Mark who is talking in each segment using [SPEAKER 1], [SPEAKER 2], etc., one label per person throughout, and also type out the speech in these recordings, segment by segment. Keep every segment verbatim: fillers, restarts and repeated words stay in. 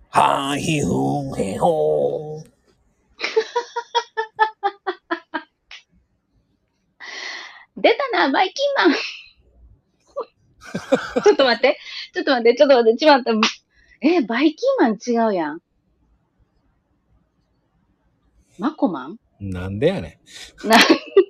[SPEAKER 1] はーひふんへほー。
[SPEAKER 2] 出たな、バイキンマン。ちょっと待って。ちょっと待って、ちょっと待って、ちまった。え、バイキンマン違うやん。マコマン
[SPEAKER 1] なんでやね
[SPEAKER 2] んな、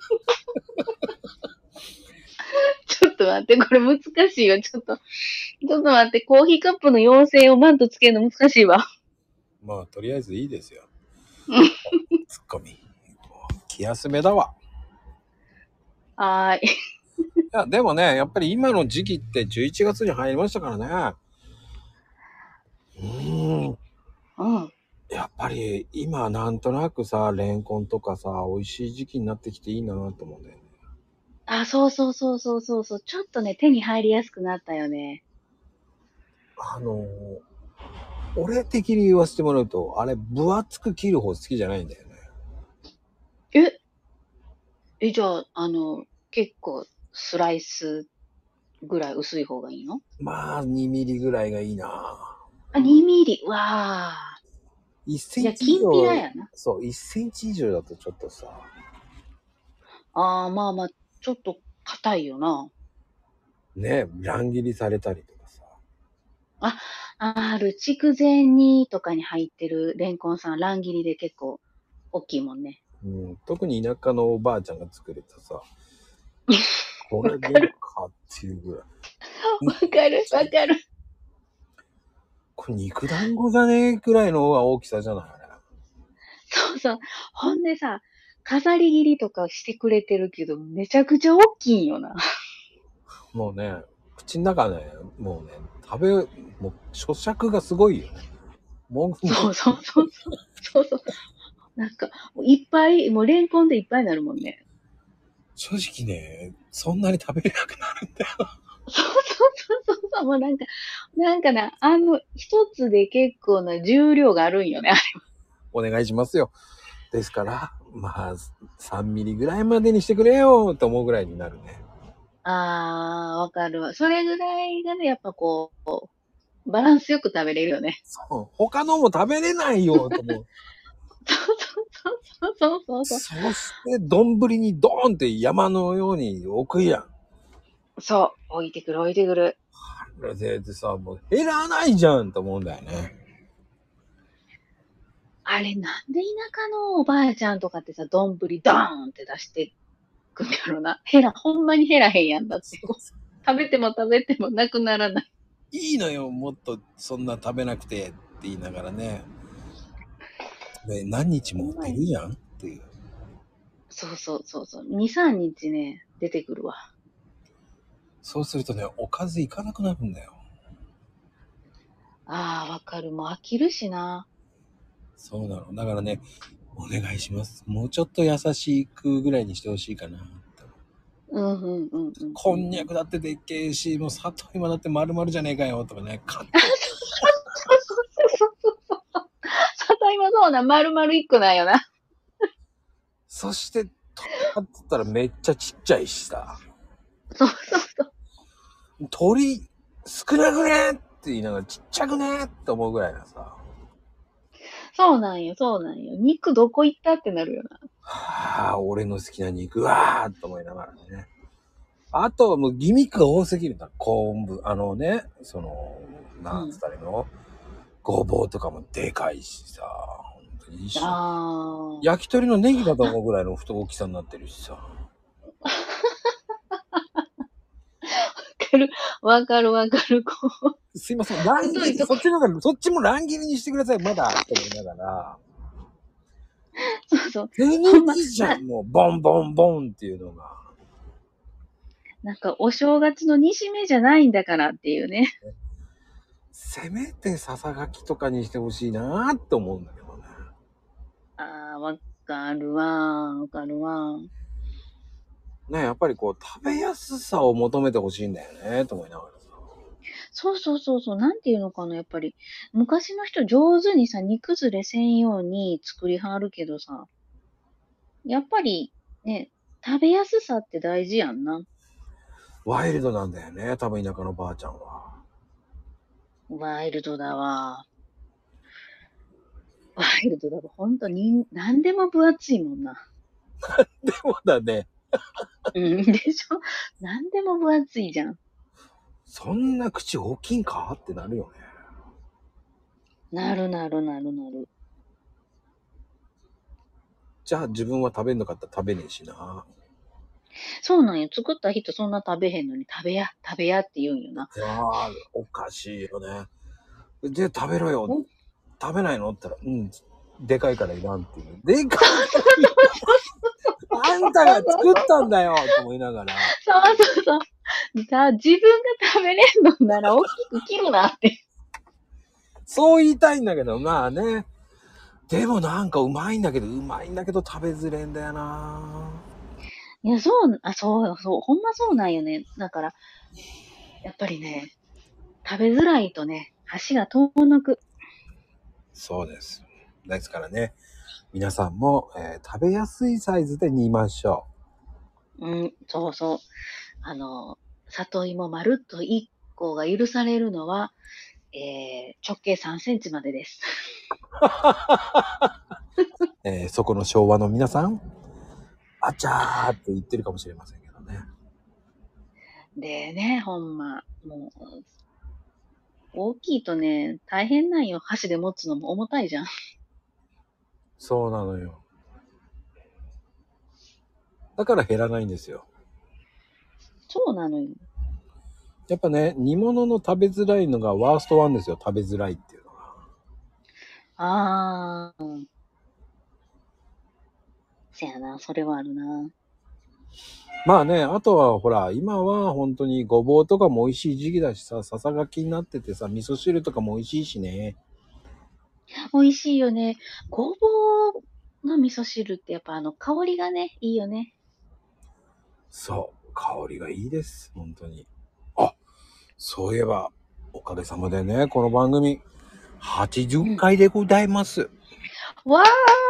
[SPEAKER 2] ちょっと待って、これ難しいよ。ちょっと、ちょっと待って、コーヒーカップの妖精をマントつけるの難しいわ。
[SPEAKER 1] ん。まあ、とりあえずいいですよ。ツッコミ。気休めだわ。
[SPEAKER 2] はーい。
[SPEAKER 1] いや、でもね、やっぱり今の時期ってじゅういちがつに入りましたからね。うーん。
[SPEAKER 2] うん。
[SPEAKER 1] やっぱり今なんとなくさ、レンコンとかさ、美味しい時期になってきていいなと思うんだよね。
[SPEAKER 2] あ、そうそうそうそうそうそう。ちょっとね、手に入りやすくなったよね。
[SPEAKER 1] あのー、俺的に言わせてもらうと、あれ、分厚く切る方好きじゃないんだよね。
[SPEAKER 2] え、え、じゃあ、あの、結構、スライスぐらい薄い方がいいの？
[SPEAKER 1] まあ、にミリぐらいがいいな。
[SPEAKER 2] あ、にミリ。わあ。
[SPEAKER 1] 1セ
[SPEAKER 2] じゃあ、
[SPEAKER 1] ンチ以
[SPEAKER 2] きんぴら
[SPEAKER 1] 上、
[SPEAKER 2] やな。
[SPEAKER 1] そう、いっセンチ以上だとちょっとさ、
[SPEAKER 2] ああ、まあまあ、ちょっと硬いよな。
[SPEAKER 1] ね、乱切りされたりとかさ。
[SPEAKER 2] あ、ある、筑前煮とかに入ってるレンコンさん、乱切りで結構大きいもんね。
[SPEAKER 1] うん、特に田舎のおばあちゃんが作れたさ、これで
[SPEAKER 2] わかる、
[SPEAKER 1] かっていうぐらい。
[SPEAKER 2] わかる、わかる。
[SPEAKER 1] これ肉団子じゃねえくらいの大きさじゃないあれ。
[SPEAKER 2] そうそう。ほんでさ、飾り切りとかしてくれてるけど、めちゃくちゃ大きいんよな。
[SPEAKER 1] もうね、口の中ね、もうね、食べ、もう咀嚼がすごいよね。もぐもぐ。
[SPEAKER 2] そうそうそうそう。そうそう。なんか、もういっぱい、もうレンコンでいっぱいになるもんね。
[SPEAKER 1] 正直ね、そんなに食べれなくなるんだよ。
[SPEAKER 2] そうそうそうそうそう。もうなんか、なんかな、あの、一つで結構な重量があるんよね。
[SPEAKER 1] お願いしますよ。ですから、まあ、さんミリぐらいまでにしてくれよって思うぐらいになるね。
[SPEAKER 2] あー、わかるわ。それぐらいがね、やっぱこう、バランスよく食べれるよね。
[SPEAKER 1] そう。他のも食べれないよと思う。
[SPEAKER 2] そうそうそうそうそうそう。
[SPEAKER 1] そして、丼にドーンって山のように置くやん。
[SPEAKER 2] そう、置いてくる置いてくる。
[SPEAKER 1] それでさ、もう減らないじゃんと思うんだよね。
[SPEAKER 2] あれなんで田舎のおばあちゃんとかってさ、丼ドーンって出してくんやろな。減ら、ほんまに減らへんやんだって。こう食べても食べてもなくならない。
[SPEAKER 1] いいのよ、もっとそんな食べなくてって言いながらね。で何日も出
[SPEAKER 2] ほんまに。
[SPEAKER 1] るやんっていう。
[SPEAKER 2] そうそうそうそう。に、さんにちね、出てくるわ。
[SPEAKER 1] そうするとね、おかずいかなくなるんだよ。
[SPEAKER 2] ああ、わかる。もう飽きるしな。
[SPEAKER 1] そうなの。だからね、お願いします。もうちょっと優しくぐらいにしてほしいかなって。
[SPEAKER 2] うんうんうんうんう
[SPEAKER 1] こん
[SPEAKER 2] んうん。
[SPEAKER 1] にゃくだってでっけえし、もう砂糖今だって丸々じゃねえかよとかね、勝手に。
[SPEAKER 2] そうそうそうそうそう。里芋そうな、丸々一個なんよな。
[SPEAKER 1] そして、とかって言ったらめっちゃちっちゃいしさ、
[SPEAKER 2] そうそうそう。
[SPEAKER 1] 鳥少なくねって言いながらちっちゃくねって思うぐらいなさ、
[SPEAKER 2] そうなんよ、そうなんよ。肉どこ行ったってなるよな。
[SPEAKER 1] はあ、俺の好きな肉わーっと思いながらね。あと、もうギミックが多すぎるんだ。昆布、あのね、その、なんつっ
[SPEAKER 2] うん。
[SPEAKER 1] たらいいの、ごぼうとかもでかいしさ、本当に一緒。
[SPEAKER 2] あ
[SPEAKER 1] 焼き鳥のネギかと思うぐらいの太大きさになってるしさ。
[SPEAKER 2] あ、わかる、わかる、わかる。こ
[SPEAKER 1] すいません、
[SPEAKER 2] う、
[SPEAKER 1] 乱切り、
[SPEAKER 2] 太いとこ、
[SPEAKER 1] そっちの方が、そっちも乱切りにしてください、まだ、と思いながら。
[SPEAKER 2] そうそう。
[SPEAKER 1] 手抜
[SPEAKER 2] ほんま、な、
[SPEAKER 1] きじゃん、もう、ボンボンボンっていうのが。
[SPEAKER 2] なんかお正月の煮しめじゃないんだからっていうね。
[SPEAKER 1] せめてささがきとかにしてほしいなーって思うんだけどね。
[SPEAKER 2] ああ、わかるわ、わかるわ。
[SPEAKER 1] ね、やっぱりこう、食べやすさを求めてほしいんだよね、と思いながらさ。
[SPEAKER 2] そうそうそうそう、なんていうのかな、やっぱり。昔の人上手にさ、煮崩れせんように作りはるけどさ、やっぱりね、食べやすさって大事やんな。
[SPEAKER 1] ワイルドなんだよね、多分田舎のばあちゃんは。
[SPEAKER 2] ワイルドだわ。 ワイルドだろ。ほんとに、なんでも分厚いもんな。
[SPEAKER 1] でもだね。
[SPEAKER 2] うん、でしょ？なんでも分厚いじゃん。
[SPEAKER 1] そんな口大きいんかってなるよね。
[SPEAKER 2] なるなるなるなる。
[SPEAKER 1] じゃあ自分は食べんのかって食べねえしな。
[SPEAKER 2] そうなんよ。作った人そんな食べへんのに食べや、食べやって言うんよな。
[SPEAKER 1] ああ、おかしいよね。で、食べろよ。
[SPEAKER 2] ほん
[SPEAKER 1] 食べないのって言ったら、うん、でかいからいらんっていう。でかいあんたが作ったんだよと思いながら。
[SPEAKER 2] そうそうそう。じゃあ自分が食べれんのなら大きく切るなって。
[SPEAKER 1] そう言いたいんだけど、まあね。でもなんかうまいんだけど、うまいんだけど食べづれんだよな。
[SPEAKER 2] いや、そう、あ、そうよ、そう。ほんまそうなんよね。だから、やっぱりね、食べづらいとね、箸が遠のく。
[SPEAKER 1] そうです。ですからね、皆さんも、えー食べやすいサイズで煮ましょ
[SPEAKER 2] うん、そうそう。あの、里芋まるっといっこが許されるのは、えー、直径さんセンチまでです。
[SPEAKER 1] う。えーそこの昭和の皆さん、あちゃーって言ってるかもしれませんけどね。
[SPEAKER 2] でね、ほんま、もう、大きいとね、大変なんよ。箸で持つのも重たいじゃん。
[SPEAKER 1] そうなのよ。だから減らないんですよ。
[SPEAKER 2] そうなのよ。
[SPEAKER 1] やっぱね、煮物の食べづらいのがワーストワンですよ。食べづらいっていうのが。
[SPEAKER 2] あー、せやな、それはあるな。
[SPEAKER 1] まあね、あとはほら、今は本当にごぼうとかも美味しい時期だしさ、ささがきになっててさ、味噌汁とかも美味しいしね。
[SPEAKER 2] 美味しいよね。ごぼうの味噌汁ってやっぱあの香りがね、いいよね。
[SPEAKER 1] そう、香りがいいです。本当に。あ、そういえば、おかげさまでね、この番組、80
[SPEAKER 2] うん。
[SPEAKER 1] 回でございます。
[SPEAKER 2] わー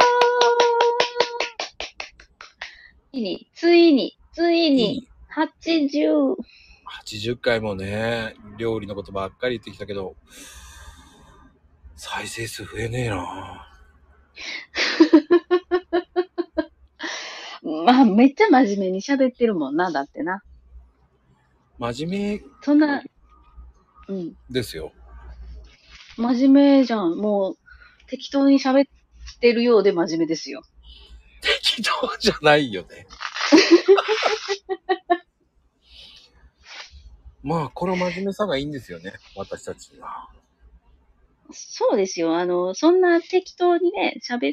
[SPEAKER 2] ついに、ついに、ついに、
[SPEAKER 1] いい。
[SPEAKER 2] はちじゅう。
[SPEAKER 1] はちじゅっかいもね、料理のことばっかり言ってきたけど、再生数増えねえな。
[SPEAKER 2] まあ、めっちゃ真面目に喋ってるもんな、だってな。
[SPEAKER 1] 真面
[SPEAKER 2] そんな、うん、
[SPEAKER 1] 目ですよ。
[SPEAKER 2] 真面目じゃん。もう、適当に喋ってるようで真面目ですよ。
[SPEAKER 1] 適当じゃないよね。まあ、この真面目さがいいんですよね。私たちには。
[SPEAKER 2] そうですよ。あの、そんな適当にね、喋って、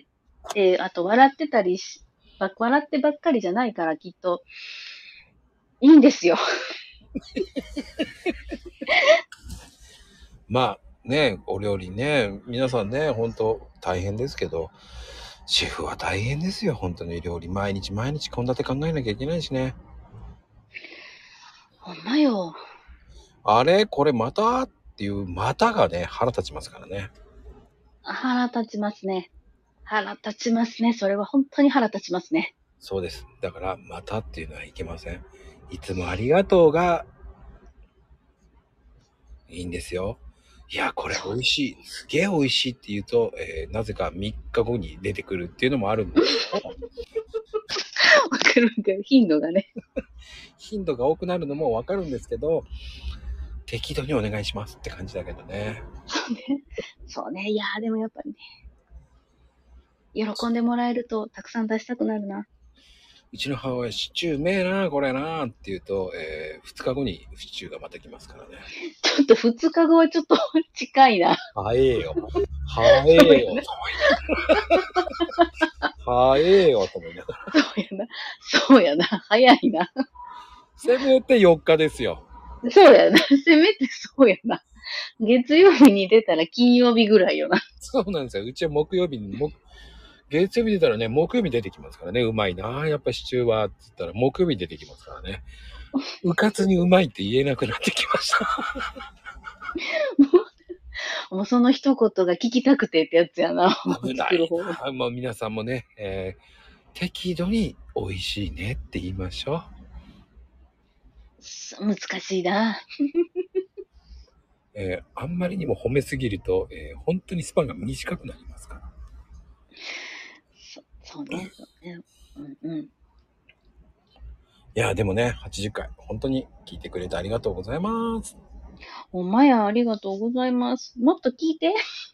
[SPEAKER 2] あと笑ってたりし、ば笑ってばっかりじゃないからきっといいんですよ。
[SPEAKER 1] まあ、ね、お料理ね、皆さんね、ほんと大変ですけど、主婦は大変ですよ、本当に料理。毎日毎日献立考えなきゃいけないしね。
[SPEAKER 2] ほんまよ。
[SPEAKER 1] あれこれまたっていうまたがね、腹立ちますからね。
[SPEAKER 2] 腹立ちますね。腹立ちますね。それは本当に腹立ちますね。
[SPEAKER 1] そうです。だから、またっていうのはいけません。いつもありがとうがいいんですよ。いや、これ
[SPEAKER 2] そう。
[SPEAKER 1] 美味しい。すげえ美味しいって言うと、えーなぜかみっかごに出てくるっていうのもあるんですけど、
[SPEAKER 2] わかるけど、頻度がね。
[SPEAKER 1] 頻度が多くなるのもわかるんですけど、適度にお願いしますって感じだけどね。
[SPEAKER 2] そうね。そうね。いやーでもやっぱりね、喜んでもらえるとたくさん出したくなるな。
[SPEAKER 1] うちの母親、シチューうめえな、これなって言うと、えー、ふつかごにシチューがまた来ますからね。
[SPEAKER 2] ちょっと二日後はちょっと近いな。
[SPEAKER 1] 早えよ。早えよ。
[SPEAKER 2] そうやな。
[SPEAKER 1] 早えよ、と思いながら。
[SPEAKER 2] そうやな。そうやな。早いな。
[SPEAKER 1] せめてよっかですよ。
[SPEAKER 2] そうやな。せめてそうやな。月曜日に出たら金曜日ぐらいよな。
[SPEAKER 1] そうなんですよ。うちは木曜日に、木月曜日出たらね、木曜日出てきますからね。うまいな。やっぱシチューは、って言ったら木曜日出てきますからね。うかつにうまいって言えなくなってきました。
[SPEAKER 2] もうその一言が聞きたくてってやつやな。
[SPEAKER 1] 危ない
[SPEAKER 2] 作る方。
[SPEAKER 1] な。もう皆さんもね、えー、適度に美味しいねって言いましょう。
[SPEAKER 2] 難しいな。
[SPEAKER 1] えー、あんまりにも褒めすぎると、えー、本当にスパンが短くなりますから。
[SPEAKER 2] そ、そうね、そうね。うんうん。
[SPEAKER 1] いや、でもね、はちじゅっかい、本当に聞いてくれてありがとうございます。
[SPEAKER 2] ほんまや、ありがとうございます。もっと聞いて。